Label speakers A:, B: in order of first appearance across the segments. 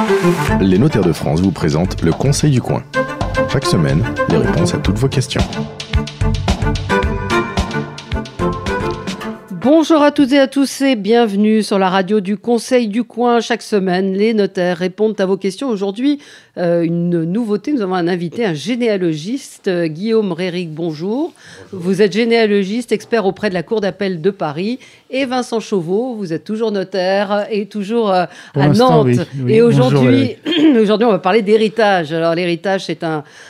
A: Les notaires de France vous présentent le Conseil du coin. Chaque semaine, les réponses à toutes vos questions.
B: Bonjour à toutes et à tous et bienvenue sur la radio du Conseil du coin. Chaque semaine, les notaires répondent à vos questions. Aujourd'hui, une nouveauté, nous avons un invité, un généalogiste, Guillaume Réric, bonjour. Vous êtes généalogiste, expert auprès de la Cour d'appel de Paris. Et Vincent Chauveau, vous êtes toujours notaire et toujours à Nantes. Oui. Et aujourd'hui, on va parler d'héritage. Alors l'héritage, c'est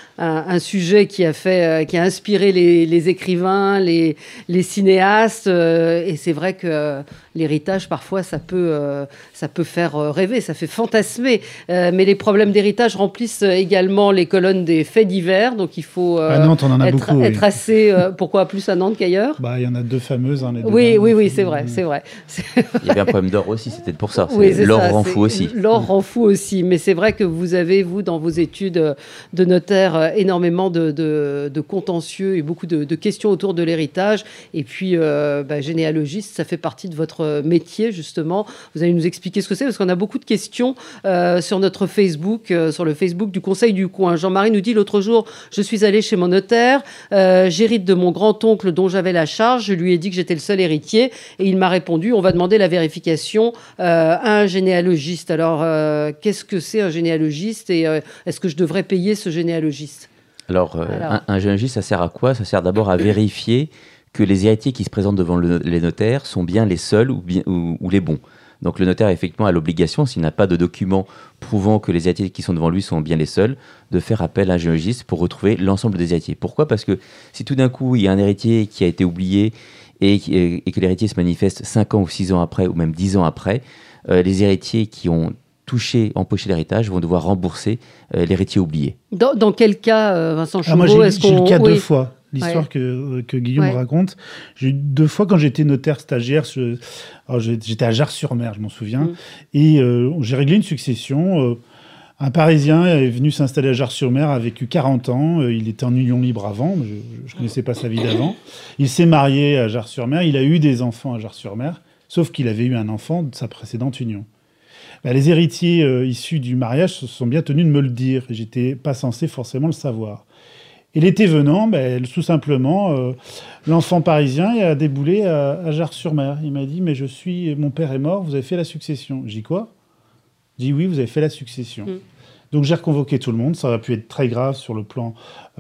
B: un sujet qui a inspiré les écrivains, les cinéastes, et c'est vrai que l'héritage parfois ça peut faire rêver, ça fait fantasmer, mais les problèmes d'héritage remplissent également les colonnes des faits divers, donc il faut
C: à Nantes, on en a beaucoup,
B: être assez pourquoi plus à Nantes qu'ailleurs.
C: Il y en a deux fameuses, les deux.
B: Oui, c'est vrai.
D: Il y avait un problème d'or aussi, c'était pour ça.
B: Oui,
D: l'or rend fou aussi.
B: L'or rend fou aussi, mais c'est vrai que vous avez, vous, dans vos études de notaire, énormément de contentieux et beaucoup de questions autour de l'héritage. Et puis, généalogiste, ça fait partie de votre métier, justement. Vous allez nous expliquer ce que c'est, parce qu'on a beaucoup de questions sur notre Facebook, sur le Facebook du Conseil du coin. Jean-Marie nous dit, l'autre jour, je suis allé chez mon notaire, j'hérite de mon grand-oncle dont j'avais la charge, je lui ai dit que j'étais le seul héritier, et il m'a répondu, on va demander la vérification à un généalogiste. Alors, qu'est-ce que c'est un généalogiste, et est-ce que je devrais payer ce généalogiste ?
D: Alors, un généalogiste, ça sert à quoi ? Ça sert d'abord à vérifier que les héritiers qui se présentent devant les notaires sont bien les seuls ou les bons. Donc le notaire, effectivement, a l'obligation, s'il n'a pas de documents prouvant que les héritiers qui sont devant lui sont bien les seuls, de faire appel à un généalogiste pour retrouver l'ensemble des héritiers. Pourquoi ? Parce que si tout d'un coup, il y a un héritier qui a été oublié et que l'héritier se manifeste 5 ans ou 6 ans après, ou même 10 ans après, les héritiers qui ont empoché l'héritage vont devoir rembourser l'héritier oublié.
B: Dans quel cas, Vincent Chauveau,
C: moi, j'ai eu le cas 2 fois. L'histoire que Guillaume raconte. J'ai eu 2 fois quand j'étais notaire stagiaire. J'étais à Jars-sur-Mer, je m'en souviens. Et j'ai réglé une succession. Un Parisien est venu s'installer à Jars-sur-Mer, a vécu 40 ans. Il était en union libre avant. Je ne connaissais pas sa vie d'avant. Il s'est marié à Jars-sur-Mer. Il a eu des enfants à Jars-sur-Mer. Sauf qu'il avait eu un enfant de sa précédente union. Les héritiers issus du mariage se sont bien tenus de me le dire. Et j'étais pas censé forcément le savoir. Et l'été venant, tout simplement, l'enfant parisien a déboulé à Jars-sur-Mer. Il m'a dit, mais mon père est mort, vous avez fait la succession. J'ai dit quoi ? J'ai dit oui, vous avez fait la succession. Donc j'ai reconvoqué tout le monde. Ça aurait pu être très grave sur le plan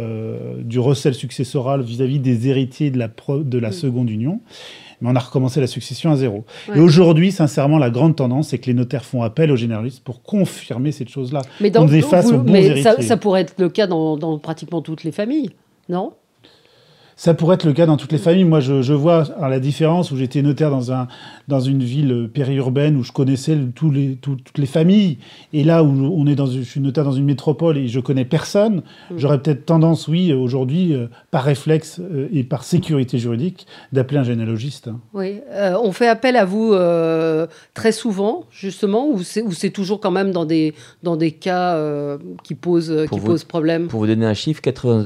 C: du recel successoral vis-à-vis des héritiers de la seconde union. Mais on a recommencé la succession à zéro. Ouais. Et aujourd'hui, sincèrement, la grande tendance, c'est que les notaires font appel aux généalogistes pour confirmer cette chose-là.
B: Mais ça pourrait être le cas dans pratiquement toutes les familles, non ?
C: Ça pourrait être le cas dans toutes les familles. Moi, je vois la différence où j'étais notaire dans une ville périurbaine où je connaissais toutes les familles. Et là où je suis notaire dans une métropole et je connais personne, j'aurais peut-être tendance, oui, aujourd'hui, par réflexe et par sécurité juridique, d'appeler un généalogiste.
B: Oui. On fait appel à vous très souvent, justement, ou c'est toujours quand même dans des cas qui posent problème ?
D: Pour vous donner un chiffre,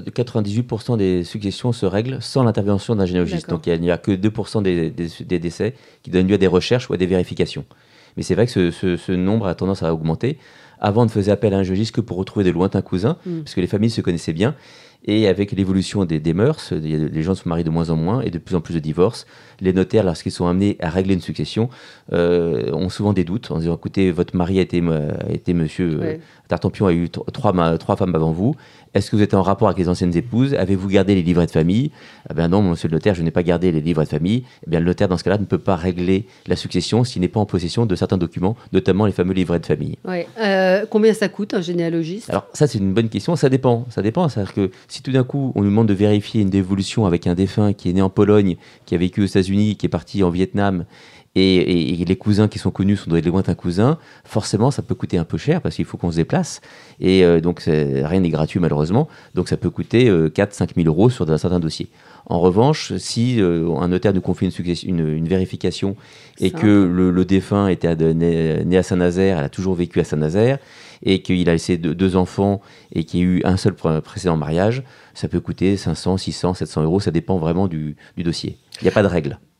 D: 98% des successions se règlent sans l'intervention d'un généalogiste. Donc il n'y a que 2% des décès qui donnent lieu à des recherches ou à des vérifications. Mais c'est vrai que ce nombre a tendance à augmenter. Avant, on ne faisait appel à un généalogiste que pour retrouver des lointains cousins, parce que les familles se connaissaient bien. Et avec l'évolution des mœurs, les gens se marient de moins en moins et de plus en plus de divorces. Les notaires, lorsqu'ils sont amenés à régler une succession, ont souvent des doutes en disant, écoutez, votre mari a été monsieur Tartampion, a eu 3 femmes avant vous. Est-ce que vous êtes en rapport avec les anciennes épouses ? Avez-vous gardé les livrets de famille ? Non, monsieur le notaire, je n'ai pas gardé les livrets de famille. Le notaire, dans ce cas-là, ne peut pas régler la succession s'il n'est pas en possession de certains documents, notamment les fameux livrets de famille.
B: Ouais. Combien ça coûte, un généalogiste ?
D: Alors ça, c'est une bonne question. Ça dépend. C'est-à-dire que si tout d'un coup, on nous demande de vérifier une dévolution avec un défunt qui est né en Pologne, qui a vécu aux États-Unis, qui est parti en Vietnam, et les cousins qui sont connus sont des lointains cousins, forcément, ça peut coûter un peu cher parce qu'il faut qu'on se déplace. Et donc, rien n'est gratuit, malheureusement. Donc, ça peut coûter 4-5 000 euros sur certains dossiers. En revanche, si un notaire nous confie une vérification et que le défunt était né à Saint-Nazaire, elle a toujours vécu à Saint-Nazaire, et qu'il a laissé 2 enfants et qu'il y a eu un seul précédent mariage, ça peut coûter 500, 600, 700 euros. Ça dépend vraiment du dossier. Il n'y a pas de règle.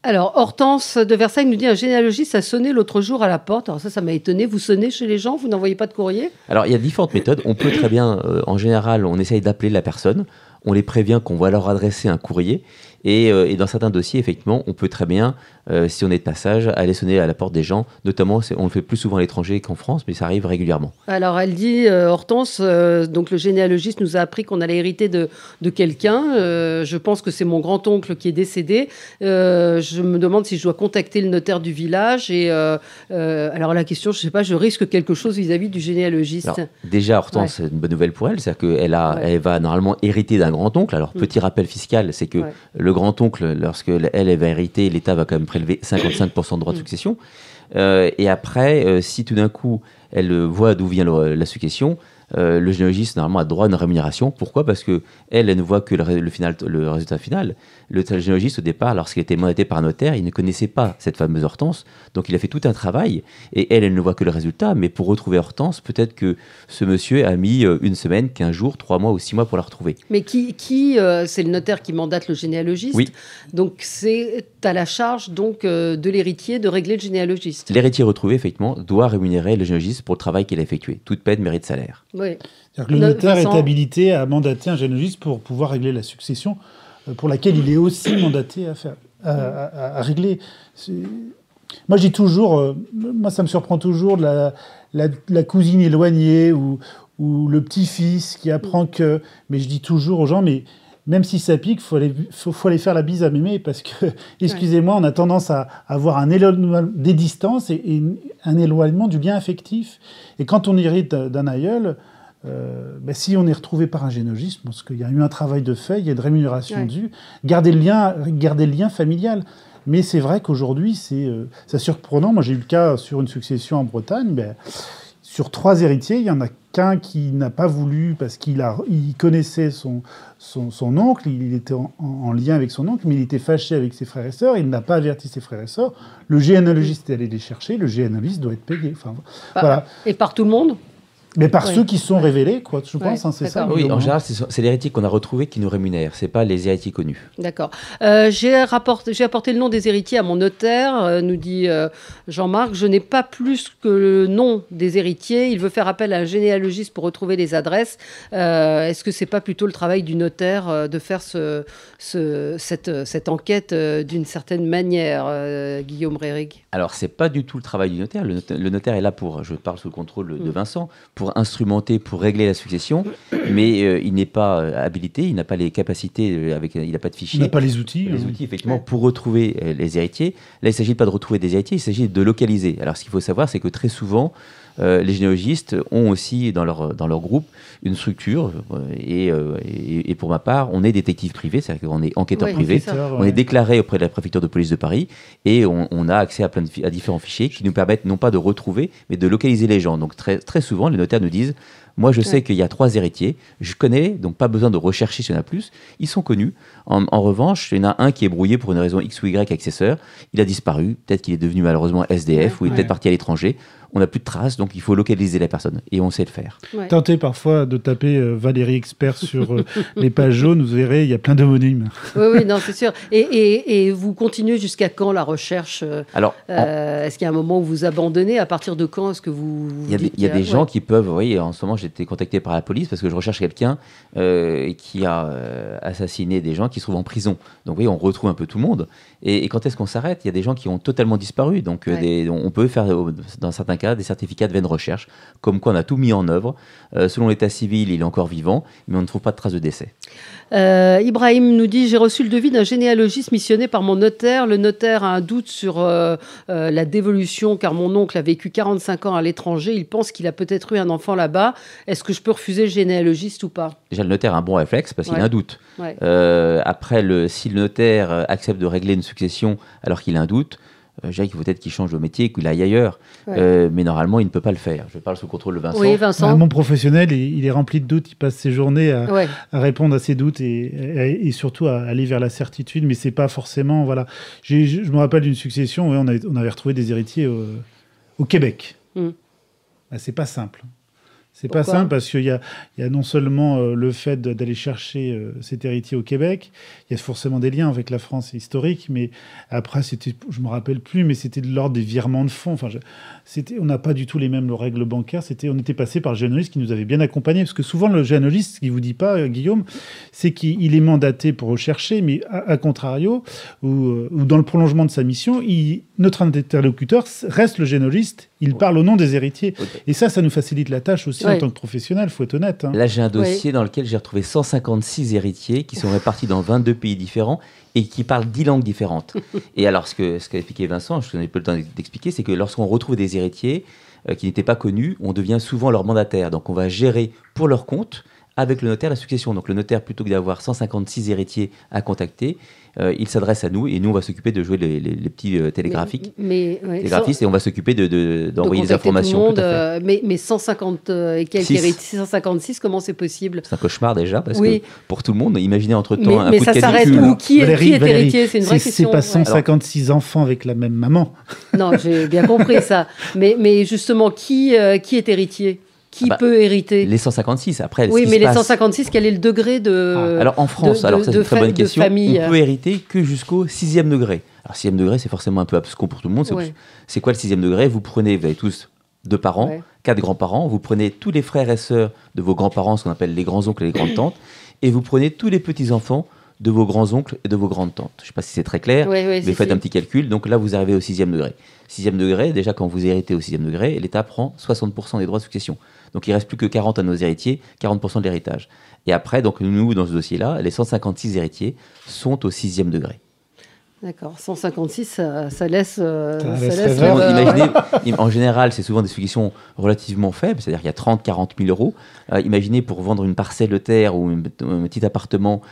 B: Alors, Hortense de Versailles nous dit un généalogiste a sonné l'autre jour à la porte. Alors ça m'a étonné. Vous sonnez chez les gens, vous n'envoyez pas de courrier?
D: Alors, il y a différentes méthodes. On peut très bien, en général, on essaye d'appeler la personne. On les prévient qu'on va leur adresser un courrier. Et dans certains dossiers, effectivement, on peut très bien, si on est de passage, aller sonner à la porte des gens. Notamment, on le fait plus souvent à l'étranger qu'en France, mais ça arrive régulièrement.
B: Alors, elle dit, Hortense, donc le généalogiste nous a appris qu'on allait hériter de quelqu'un. Je pense que c'est mon grand-oncle qui est décédé. Je me demande si je dois contacter le notaire du village. Et alors, la question, je ne sais pas, je risque quelque chose vis-à-vis du généalogiste.
D: Alors, déjà, Hortense, c'est une bonne nouvelle pour elle. C'est-à-dire qu'elle va normalement hériter d'un grand-oncle. Alors, petit rappel fiscal, c'est que le grand-oncle, lorsqu'elle va hériter, l'État va quand même prélever 55% de droits de succession. Et après, si tout d'un coup, elle voit d'où vient la succession, le généalogiste, normalement, a droit à une rémunération. Pourquoi ? Parce qu'elle ne voit que le résultat final. Le généalogiste, au départ, lorsqu'il était mandaté par un notaire, il ne connaissait pas cette fameuse Hortense. Donc, il a fait tout un travail. Et elle ne voit que le résultat. Mais pour retrouver Hortense, peut-être que ce monsieur a mis 1 semaine, 15 jours, 3 mois ou 6 mois pour la retrouver.
B: Mais c'est le notaire qui mandate le généalogiste.
D: Oui.
B: Donc, c'est à la charge donc, de l'héritier de régler le généalogiste.
D: L'héritier retrouvé, effectivement, doit rémunérer le généalogiste pour le travail qu'il a effectué. Toute peine mérite salaire.
B: Oui.
C: C'est-à-dire que le notaire est habilité à mandater un généalogiste pour pouvoir régler la succession, pour laquelle il est aussi mandaté à régler. Moi, je dis toujours, ça me surprend toujours, la cousine éloignée ou le petit-fils qui apprend que... Mais je dis toujours aux gens, mais même si ça pique, faut aller faire la bise à mémé parce que, excusez-moi, on a tendance à avoir un éloignement des distances et un éloignement du lien affectif. Et quand on hérite d'un aïeul, si on est retrouvé par un généalogiste, parce qu'il y a eu un travail de fait, il y a une rémunération due, garder le lien familial. Mais c'est vrai qu'aujourd'hui, c'est surprenant. Moi, j'ai eu le cas sur une succession en Bretagne. Sur 3 héritiers, il y en a qu'un qui n'a pas voulu parce qu'il connaissait son oncle, il était en lien avec son oncle, mais il était fâché avec ses frères et sœurs, il n'a pas averti ses frères et sœurs. Le généalogiste est allé les chercher, le généalogiste doit être payé. Voilà.
B: Et par tout le monde ?
C: Mais par ceux qui sont révélés, quoi, je pense, c'est ça.
D: Oui, en général, c'est l'héritier qu'on a retrouvé qui nous rémunère, c'est pas les héritiers connus.
B: D'accord. J'ai apporté le nom des héritiers à mon notaire, nous dit Jean-Marc. Je n'ai pas plus que le nom des héritiers. Il veut faire appel à un généalogiste pour retrouver les adresses. Est-ce que c'est pas plutôt le travail du notaire de faire cette enquête d'une certaine manière, Guillaume Rérig ?
D: Alors, c'est pas du tout le travail du notaire. Le notaire est là pour, je parle sous le contrôle de Vincent, pour instrumenter, pour régler la succession, mais il n'est pas habilité, il n'a pas les capacités, il n'a pas de fichier.
C: Il n'a pas les outils.
D: Les outils, effectivement, pour retrouver les héritiers. Là, il ne s'agit pas de retrouver des héritiers, il s'agit de localiser. Alors, ce qu'il faut savoir, c'est que très souvent, les généalogistes ont aussi dans leur groupe une structure, et pour ma part, on est détective privé, c'est-à-dire qu'on est enquêteur privé, on est déclaré auprès de la préfecture de police de Paris, et on a accès à différents fichiers qui nous permettent non pas de retrouver, mais de localiser les gens. Donc très, très souvent, les notaires nous disent: moi, je sais qu'il y a 3 héritiers, je connais, donc pas besoin de rechercher s'il y en a plus, ils sont connus. En revanche, il y en a un qui est brouillé pour une raison X ou Y avec ses sœurs, il a disparu, peut-être qu'il est devenu malheureusement SDF, ou il est peut-être parti à l'étranger, on n'a plus de traces, donc il faut localiser la personne, et on sait le faire.
C: Tentez parfois de taper Valérie Expert sur les pages jaunes, vous verrez, il y a plein d'homonymes.
B: Oui, non, c'est sûr. Et vous continuez jusqu'à quand la recherche ? Alors, est-ce qu'il y a un moment où vous abandonnez ? À partir de quand est-ce que vous...
D: Il y a des gens qui peuvent... Oui, en ce moment, j'ai été contacté par la police parce que je recherche quelqu'un qui a assassiné des gens qui se trouvent en prison. Donc oui, on retrouve un peu tout le monde. Et quand est-ce qu'on s'arrête ? Il y a des gens qui ont totalement disparu. Donc on peut faire, dans certains cas, des certificats de vaine recherche, comme quoi on a tout mis en œuvre. Selon l'état civil, il est encore vivant, mais on ne trouve pas de traces de décès.
B: Ibrahim nous dit: j'ai reçu le devis d'un généalogiste missionné par mon notaire. Le notaire a un doute sur la dévolution, car mon oncle a vécu 45 ans à l'étranger. Il pense qu'il a peut-être eu un enfant là-bas. Est-ce que je peux refuser le généalogiste ou pas ?
D: Déjà, le notaire a un bon réflexe parce qu'il a un doute. Après, si le notaire accepte de régler une succession alors qu'il a un doute, je dirais qu'il faut peut-être qu'il change de métier, qu'il aille ailleurs. Mais normalement, il ne peut pas le faire. Je parle sous contrôle de Vincent.
B: Oui, Vincent.
C: Mon professionnel, il est rempli de doutes. Il passe ses journées à répondre à ses doutes et surtout à aller vers la certitude. Mais ce n'est pas forcément... Voilà. Je me rappelle d'une succession où on avait retrouvé des héritiers au Québec. Ce n'est pas simple. C'est pas simple parce qu'il y a non seulement le fait d'aller chercher cet héritier au Québec, il y a forcément des liens avec la France historique, mais après, je me rappelle plus, mais c'était de l'ordre des virements de fonds. Enfin, on n'a pas du tout les mêmes règles bancaires. On était passé par le généalogiste qui nous avait bien accompagnés, parce que souvent, le généalogiste, ce qu'il vous dit pas, Guillaume, c'est qu'il est mandaté pour rechercher, mais à contrario, ou dans le prolongement de sa mission, notre interlocuteur reste le généalogiste, il parle au nom des héritiers. Okay. Et ça nous facilite la tâche aussi en tant que professionnel, il faut être honnête.
D: Là, j'ai un dossier dans lequel j'ai retrouvé 156 héritiers qui sont répartis dans 22 pays différents et qui parlent 10 langues différentes. Et alors, ce qu'a expliqué Vincent, je n'ai pas le temps d'expliquer, c'est que lorsqu'on retrouve des héritiers qui n'étaient pas connus, on devient souvent leur mandataire. Donc, on va gérer pour leur compte avec le notaire la succession. Donc, le notaire, plutôt que d'avoir 156 héritiers à contacter, il s'adresse à nous et nous, on va s'occuper de jouer les petits télégraphistes et on va s'occuper d'envoyer des informations.
B: Tout le monde, mais 150 et quelques héritiers, 156, comment c'est possible ?
D: C'est un cauchemar déjà, parce que pour tout le monde, imaginez entre-temps un coup de canicule.
B: Mais ça s'arrête où ? Qui est héritier ? C'est une vraie question.
C: C'est pas 156 enfants avec la même maman.
B: Non, j'ai bien compris ça. Mais justement, qui est héritier ? Qui peut hériter ?
D: Les 156, après.
B: Oui, mais les 156, quel est le degré de
D: Alors en France, ça c'est une très bonne question,
B: famille.
D: On peut hériter que jusqu'au 6e degré. Alors 6e degré, c'est forcément un peu abscon pour tout le monde. C'est quoi le 6e degré ? Vous avez tous 2 parents, 4 grands-parents, vous prenez tous les frères et sœurs de vos grands-parents, ce qu'on appelle les grands-oncles et les grandes-tantes, et vous prenez tous les petits-enfants de vos grands-oncles et de vos grandes-tantes. Je ne sais pas si c'est très clair, mais faites un petit calcul. Donc là, vous arrivez au 6e degré. 6e degré, déjà quand vous héritez au 6e degré, l'État prend 60% des droits de succession. Donc il ne reste plus que 40 à nos héritiers, 40% de l'héritage. Et après, donc nous, dans ce dossier-là, les 156 héritiers sont au 6e degré.
B: D'accord, 156, ça laisse...
D: Imaginez, en général, c'est souvent des successions relativement faibles, c'est-à-dire qu'il y a 30-40 000 euros. Imaginez pour vendre une parcelle de terre ou un petit appartement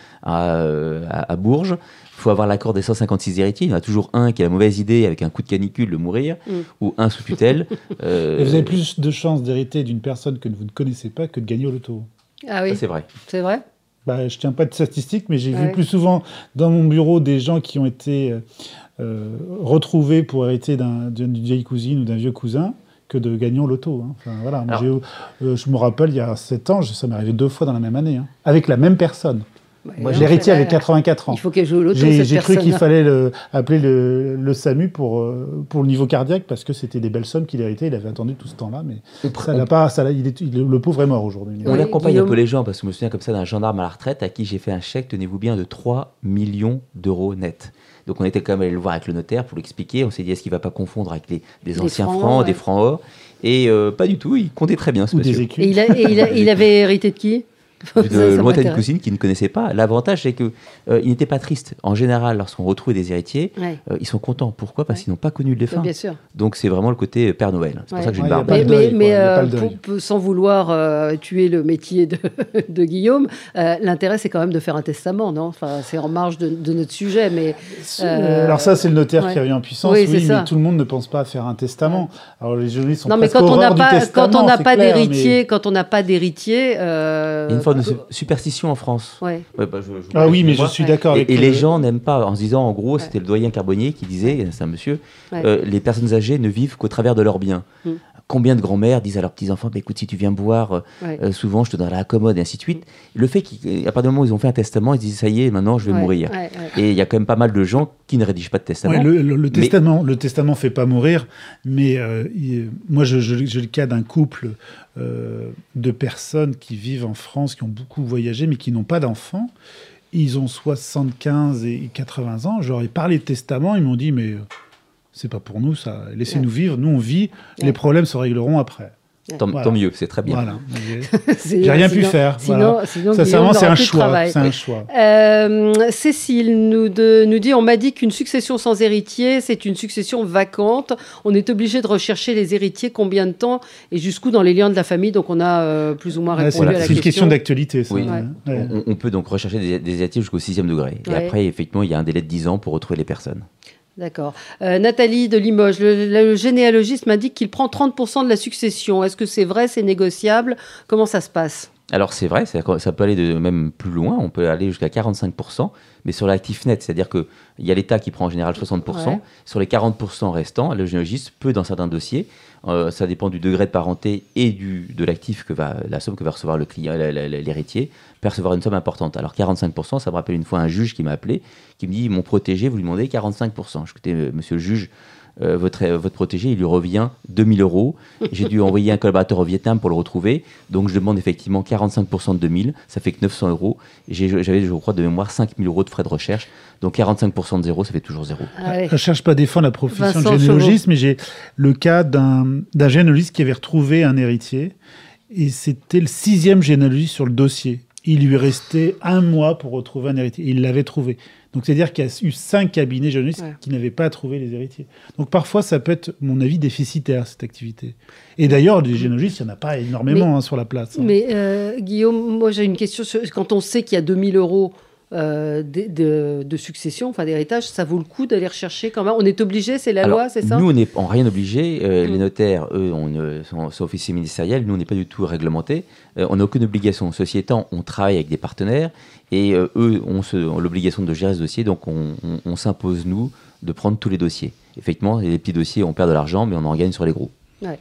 D: à Bourges, il faut avoir l'accord des 156 héritiers. Il y en a toujours un qui a la mauvaise idée avec un coup de canicule de mourir, ou un sous tutelle.
C: Et vous avez plus de chances d'hériter d'une personne que vous ne connaissez pas que de gagner au loto.
B: Ah oui,
D: ça, c'est vrai.
B: C'est vrai ?
C: Je ne tiens pas de statistiques, mais j'ai vu plus souvent dans mon bureau des gens qui ont été retrouvés pour hériter d'une vieille cousine ou d'un vieux cousin que de gagner au loto. Hein. Enfin, voilà. Je me rappelle, il y a 7 ans, ça m'est arrivé 2 fois dans la même année, avec la même personne. Moi, l'héritier avait 84 ans.
B: Il faut qu'elle joue au loto,
C: J'ai cru qu'il fallait appeler le SAMU pour le niveau cardiaque parce que c'était des belles sommes qu'il héritait. Il avait attendu tout ce temps-là, mais le pauvre est mort aujourd'hui.
D: On accompagne un peu les gens parce que je me souviens comme ça d'un gendarme à la retraite à qui j'ai fait un chèque, tenez-vous bien, de 3 millions d'euros net. Donc on était quand même allé le voir avec le notaire pour l'expliquer. On s'est dit est-ce qu'il ne va pas confondre avec des anciens francs, des francs or. Et pas du tout, il comptait très bien ce monsieur.
B: Et il avait hérité de qui ?
D: De lointaine cousine qui ne connaissait pas. L'avantage, c'est qu'il n'était pas triste. En général, lorsqu'on retrouve des héritiers, ils sont contents. Pourquoi ? Parce qu'ils n'ont pas connu le défunt.
B: Bien sûr.
D: Donc, c'est vraiment le côté Père Noël. C'est pour ça que j'ai une barbe.
B: Mais sans vouloir tuer le métier de Guillaume, l'intérêt, c'est quand même de faire un testament, non ? Enfin, c'est en marge de notre sujet, mais...
C: Alors ça, c'est le notaire qui revient en puissance, mais tout le monde ne pense pas à faire un testament. Alors, les juristes sont presque horreurs du testament,
B: quand on n'a pas d'héritier, quand on n'a pas d'héritier...
D: de superstition en France.
B: Oui,
C: mais je suis d'accord avec...
D: Et les gens n'aiment pas, en se disant, en gros, c'était le doyen Carbonnier qui disait, c'est un monsieur, les personnes âgées ne vivent qu'au travers de leurs biens. Combien de grands-mères disent à leurs petits-enfants, écoute, si tu viens me boire, souvent je te donnerai la commode, et ainsi de suite. Le fait qu'à partir du moment où ils ont fait un testament, ils disent, ça y est, maintenant je vais mourir. Et il y a quand même pas mal de gens qui ne rédigent pas de testament.
C: Le testament ne fait pas mourir, mais moi j'ai le cas d'un couple de personnes qui vivent en France, qui ont beaucoup voyagé, mais qui n'ont pas d'enfants. Ils ont 75 et 80 ans. Je leur ai parlé de testament, ils m'ont dit, mais... c'est pas pour nous, ça. Laissez-nous vivre. Nous, on vit. Les problèmes se régleront après.
D: Tant mieux, c'est très bien.
C: Voilà. J'ai rien pu faire. Sinon, sincèrement, c'est un choix.
B: Cécile nous dit, on m'a dit qu'une succession sans héritier, c'est une succession vacante. On est obligé de rechercher les héritiers combien de temps et jusqu'où dans les liens de la famille. Donc, on a plus ou moins répondu à la question.
C: C'est une question d'actualité, ça.
D: Oui. On peut donc rechercher des héritiers jusqu'au 6e degré. Et après, effectivement, il y a un délai de 10 ans pour retrouver les personnes.
B: D'accord. Nathalie de Limoges, le généalogiste m'indique qu'il prend 30% de la succession. Est-ce que c'est vrai, c'est négociable ? Comment ça se passe ?
D: Alors c'est vrai, ça peut aller même plus loin, on peut aller jusqu'à 45%, mais sur l'actif net, c'est-à-dire qu'il y a l'État qui prend en général 60%, sur les 40% restants, le généalogiste peut, dans certains dossiers, ça dépend du degré de parenté et de l'actif la somme que va recevoir le client, l'héritier, percevoir une somme importante. Alors 45%, ça me rappelle une fois un juge qui m'a appelé, qui me dit, mon protégé, vous lui demandez 45%. Je dis, monsieur le juge, votre protégé, il lui revient 2 000 €. J'ai dû envoyer un collaborateur au Vietnam pour le retrouver. Donc, je demande effectivement 45% de 2 000. Ça fait que 900 €. Et j'avais, je crois, de mémoire 5 000 € de frais de recherche. Donc, 45% de 0, ça fait toujours 0.
C: Je ne cherche pas à défendre la profession de généalogiste, mais j'ai le cas d'un généalogiste qui avait retrouvé un héritier. Et c'était le 6e généalogiste sur le dossier. Il lui restait 1 mois pour retrouver un héritier. Et il l'avait trouvé. Donc, c'est-à-dire qu'il y a eu 5 cabinets généalogistes qui n'avaient pas trouvé les héritiers. Donc, parfois, ça peut être, à mon avis, déficitaire, cette activité. Et d'ailleurs, les généalogistes, il n'y en a pas énormément sur la place.
B: Mais Guillaume, moi, j'ai une question. Quand on sait qu'il y a 2 000 € de succession, enfin d'héritage, ça vaut le coup d'aller rechercher quand même. On est obligé, c'est la loi, c'est ça ?
D: Nous, on n'est en rien obligé. Les notaires, eux, sont officiers ministériels. Nous, on n'est pas du tout réglementés. On n'a aucune obligation. Ceci étant, on travaille avec des partenaires et eux ont l'obligation de gérer ce dossier. Donc, on s'impose, nous, de prendre tous les dossiers. Effectivement, les petits dossiers, on perd de l'argent, mais on en gagne sur les gros.
B: Ouais.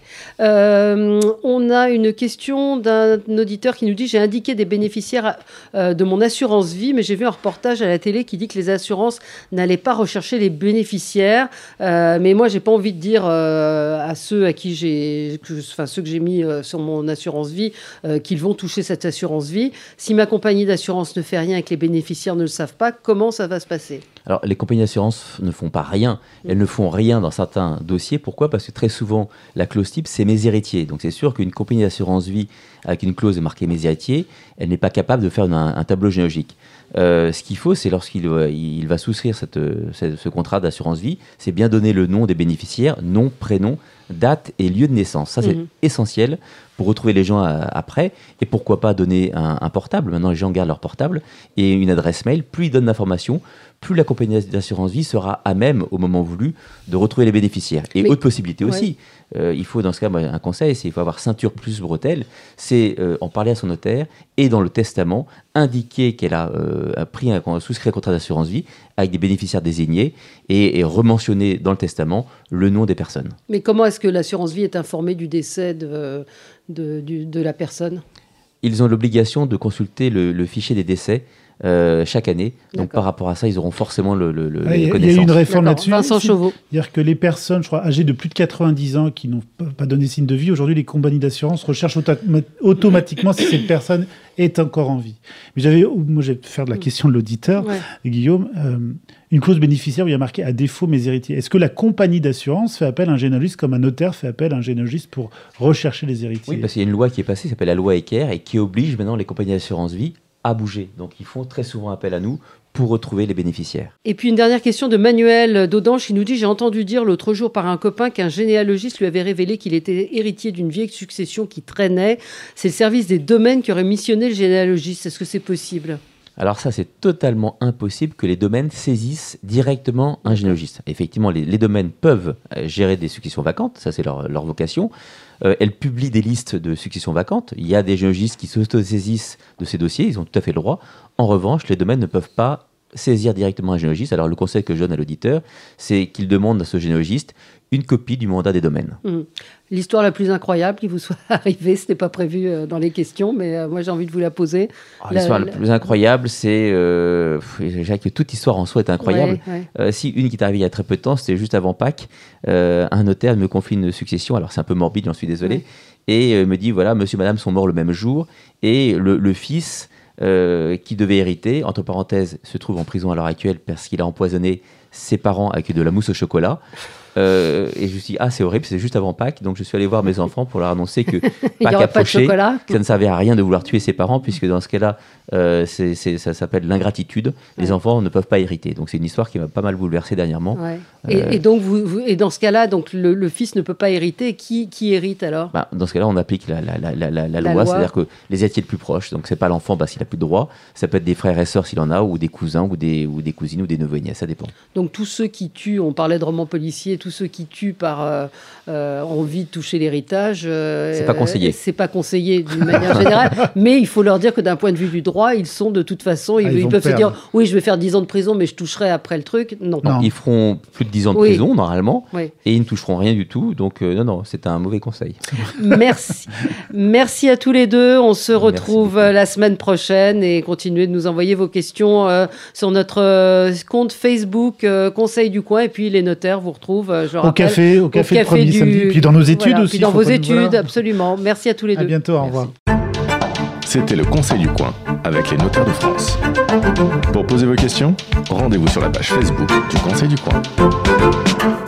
B: On a une question d'un auditeur qui nous dit: j'ai indiqué des bénéficiaires de mon assurance vie, mais j'ai vu un reportage à la télé qui dit que les assurances n'allaient pas rechercher les bénéficiaires. Mais moi, j'ai pas envie de dire à ceux à qui ceux que j'ai mis sur mon assurance vie qu'ils vont toucher cette assurance vie. Si ma compagnie d'assurance ne fait rien et que les bénéficiaires ne le savent pas, comment ça va se passer ?
D: Alors, les compagnies d'assurance ne font pas rien. Elles ne font rien dans certains dossiers. Pourquoi ? Parce que très souvent, la clause type, c'est mes héritiers. Donc, c'est sûr qu'une compagnie d'assurance vie avec une clause marquée mes héritiers, elle n'est pas capable de faire un tableau généalogique. Ce qu'il faut, c'est lorsqu'il va souscrire ce contrat d'assurance vie, c'est bien donner le nom des bénéficiaires, nom, prénom, date et lieu de naissance. Ça, c'est essentiel pour retrouver les gens après. Et pourquoi pas donner un portable. Maintenant, les gens gardent leur portable et une adresse mail. Plus ils donnent d'informations, plus la compagnie d'assurance vie sera à même, au moment voulu, de retrouver les bénéficiaires. Et autre possibilité aussi, il faut dans ce cas, un conseil, c'est qu'il faut avoir ceinture plus bretelle, c'est en parler à son notaire et dans le testament, indiquer qu'elle a souscrit un contrat d'assurance vie avec des bénéficiaires désignés et rementionner dans le testament le nom des personnes.
B: Mais comment est-ce que l'assurance vie est informée du décès de la personne ?
D: Ils ont l'obligation de consulter le fichier des décès chaque année. Donc par rapport à ça, ils auront forcément le connaissance.
C: Il y a eu une réforme là-dessus.
B: Vincent Chauveau.
C: C'est-à-dire que les personnes, je crois, âgées de plus de 90 ans qui n'ont pas donné signe de vie, aujourd'hui, les compagnies d'assurance recherchent automatiquement si cette personne est encore en vie. Mais moi, je vais faire de la question de l'auditeur, Guillaume. Une clause bénéficiaire où il y a marqué « à défaut mes héritiers ». Est-ce que la compagnie d'assurance fait appel à un généalogiste comme un notaire fait appel à un généalogiste pour rechercher les héritiers ?
D: Oui, parce qu'il y a une loi qui est passée, qui s'appelle la loi Ecker, et qui oblige maintenant les compagnies d'assurance vie à bouger. Donc, ils font très souvent appel à nous pour retrouver les bénéficiaires.
B: Et puis, une dernière question de Manuel d'Audange qui nous dit: j'ai entendu dire l'autre jour par un copain qu'un généalogiste lui avait révélé qu'il était héritier d'une vieille succession qui traînait. C'est le service des domaines qui aurait missionné le généalogiste. Est-ce que c'est possible ?
D: Alors ça, c'est totalement impossible que les domaines saisissent directement un généalogiste. Effectivement, les domaines peuvent gérer des successions vacantes, ça c'est leur vocation. Elles publient des listes de successions vacantes. Il y a des généalogistes qui s'auto-saisissent de ces dossiers, ils ont tout à fait le droit. En revanche, les domaines ne peuvent pas saisir directement un généalogiste. Alors le conseil que je donne à l'auditeur, c'est qu'il demande à ce généalogiste une copie du mandat des domaines.
B: L'histoire la plus incroyable qui vous soit arrivée, ce n'était pas prévu dans les questions, mais moi j'ai envie de vous la poser.
D: L'histoire la plus incroyable, c'est... Jacques, toute histoire en soi est incroyable. Si une qui est arrivée il y a très peu de temps, c'était juste avant Pâques, un notaire me confie une succession, alors c'est un peu morbide, j'en suis désolé, et me dit, voilà, monsieur et madame sont morts le même jour, et le fils qui devait hériter, entre parenthèses, se trouve en prison à l'heure actuelle parce qu'il a empoisonné ses parents avec de la mousse au chocolat. Et je me suis dit, c'est horrible, c'est juste avant Pâques. Donc je suis allé voir mes enfants pour leur annoncer que Pâques approchait, que ça ne servait à rien de vouloir tuer ses parents, puisque dans ce cas-là, ça s'appelle l'ingratitude. Les enfants ne peuvent pas hériter. Donc c'est une histoire qui m'a pas mal bouleversé dernièrement.
B: Et donc, et dans ce cas-là, donc, le fils ne peut pas hériter. Qui hérite alors ?
D: Dans ce cas-là, on applique la loi, c'est-à-dire que les héritiers les plus proches, donc c'est pas l'enfant parce qu'il n'a plus de droit, ça peut être des frères et sœurs s'il en a, ou des cousins, ou des cousines, ou des neveux et nièces, ça dépend.
B: Donc tous ceux qui tuent, on parlait de romans policiers, tous ceux qui tuent par envie de toucher l'héritage.
D: C'est pas conseillé.
B: C'est pas conseillé d'une manière générale, mais il faut leur dire que d'un point de vue du droit, ils sont de toute façon, ils peuvent se dire oui, je vais faire 10 ans de prison, mais je toucherai après le truc. Non.
D: Ils feront plus de 10 ans de prison normalement, et ils ne toucheront rien du tout. Donc non, c'est un mauvais conseil.
B: Merci à tous les deux. On se retrouve la semaine prochaine et continuez de nous envoyer vos questions sur notre compte Facebook Conseil du Coin, et puis les notaires vous retrouvent
C: au café le premier samedi, puis dans nos études aussi.
B: Puis dans vos études, absolument. Merci à tous les deux.
C: À bientôt, au revoir.
A: C'était le Conseil du Coin avec les notaires de France. Pour poser vos questions, rendez-vous sur la page Facebook du Conseil du Coin.